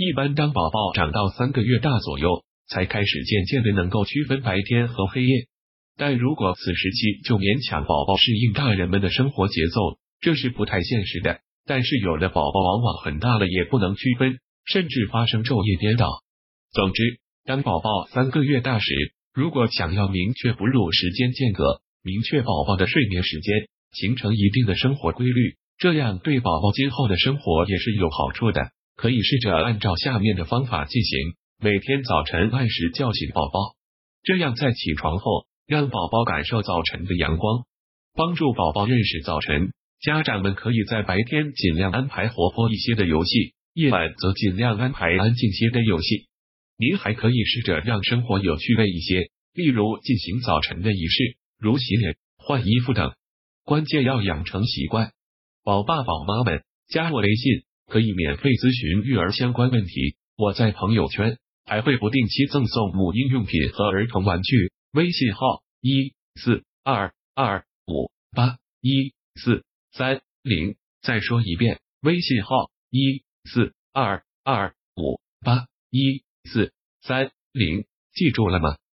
一般当宝宝长到3个月大左右，才开始渐渐的能够区分白天和黑夜。但如果此时期就勉强宝宝适应大人们的生活节奏，这是不太现实的。但是有的宝宝往往很大了也不能区分，甚至发生昼夜颠倒。总之，当宝宝3个月大时，如果想要明确哺乳时间间隔，明确宝宝的睡眠时间，形成一定的生活规律，这样对宝宝今后的生活也是有好处的。可以试着按照下面的方法进行：每天早晨按时叫醒宝宝，这样在起床后让宝宝感受早晨的阳光，帮助宝宝认识早晨。家长们可以在白天尽量安排活泼一些的游戏，夜晚则尽量安排安静些的游戏。您还可以试着让生活有趣味一些，例如进行早晨的仪式，如洗脸、换衣服等。关键要养成习惯。宝爸宝妈们，加我微信可以免费咨询育儿相关问题，我在朋友圈还会不定期赠送母婴用品和儿童玩具。微信号14225814330。再说一遍，微信号14225814330。记住了吗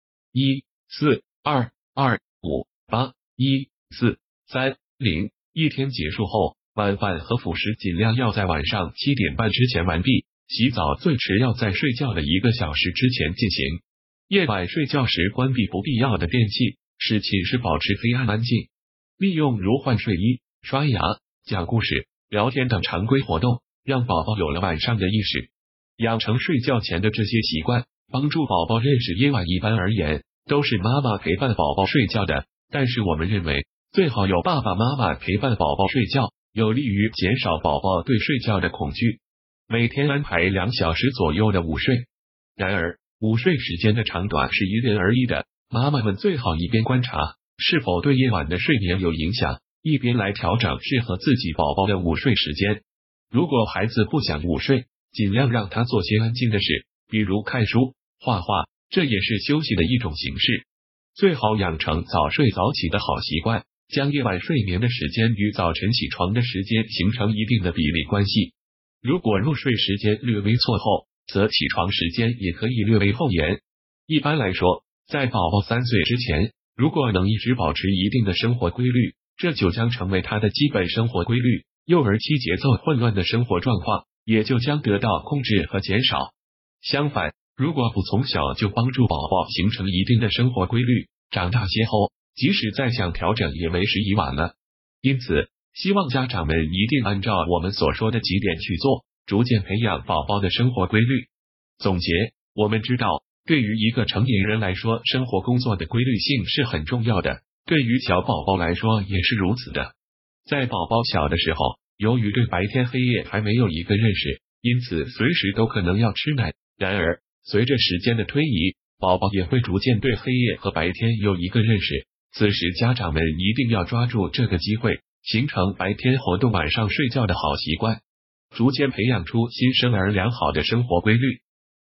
？14225814330。一天结束后，晚饭和辅食尽量要在晚上7点半之前完毕，洗澡最迟要在睡觉的1个小时之前进行。夜晚睡觉时关闭不必要的电器，使寝室保持黑暗安静。利用如换睡衣、刷牙、讲故事、聊天等常规活动，让宝宝有了晚上的意识。养成睡觉前的这些习惯，帮助宝宝认识夜晚。一般而言，都是妈妈陪伴宝宝睡觉的，但是我们认为最好有爸爸妈妈陪伴宝宝睡觉，有利于减少宝宝对睡觉的恐惧。每天安排2小时左右的午睡。然而，午睡时间的长短是因人而异的，妈妈们最好一边观察是否对夜晚的睡眠有影响，一边来调整适合自己宝宝的午睡时间。如果孩子不想午睡，尽量让他做些安静的事，比如看书、画画，这也是休息的一种形式。最好养成早睡早起的好习惯，将夜晚睡眠的时间与早晨起床的时间形成一定的比例关系。如果入睡时间略微错后，则起床时间也可以略微后延。一般来说，在宝宝3岁之前，如果能一直保持一定的生活规律，这就将成为他的基本生活规律，幼儿期节奏混乱的生活状况也就将得到控制和减少。相反，如果不从小就帮助宝宝形成一定的生活规律，长大些后，即使再想调整也为时已晚了。因此，希望家长们一定按照我们所说的几点去做，逐渐培养宝宝的生活规律。总结，我们知道，对于一个成年人来说，生活工作的规律性是很重要的，对于小宝宝来说也是如此的。在宝宝小的时候，由于对白天黑夜还没有一个认识，因此随时都可能要吃奶。然而，随着时间的推移，宝宝也会逐渐对黑夜和白天有一个认识。此时家长们一定要抓住这个机会，形成白天活动晚上睡觉的好习惯，逐渐培养出新生儿良好的生活规律。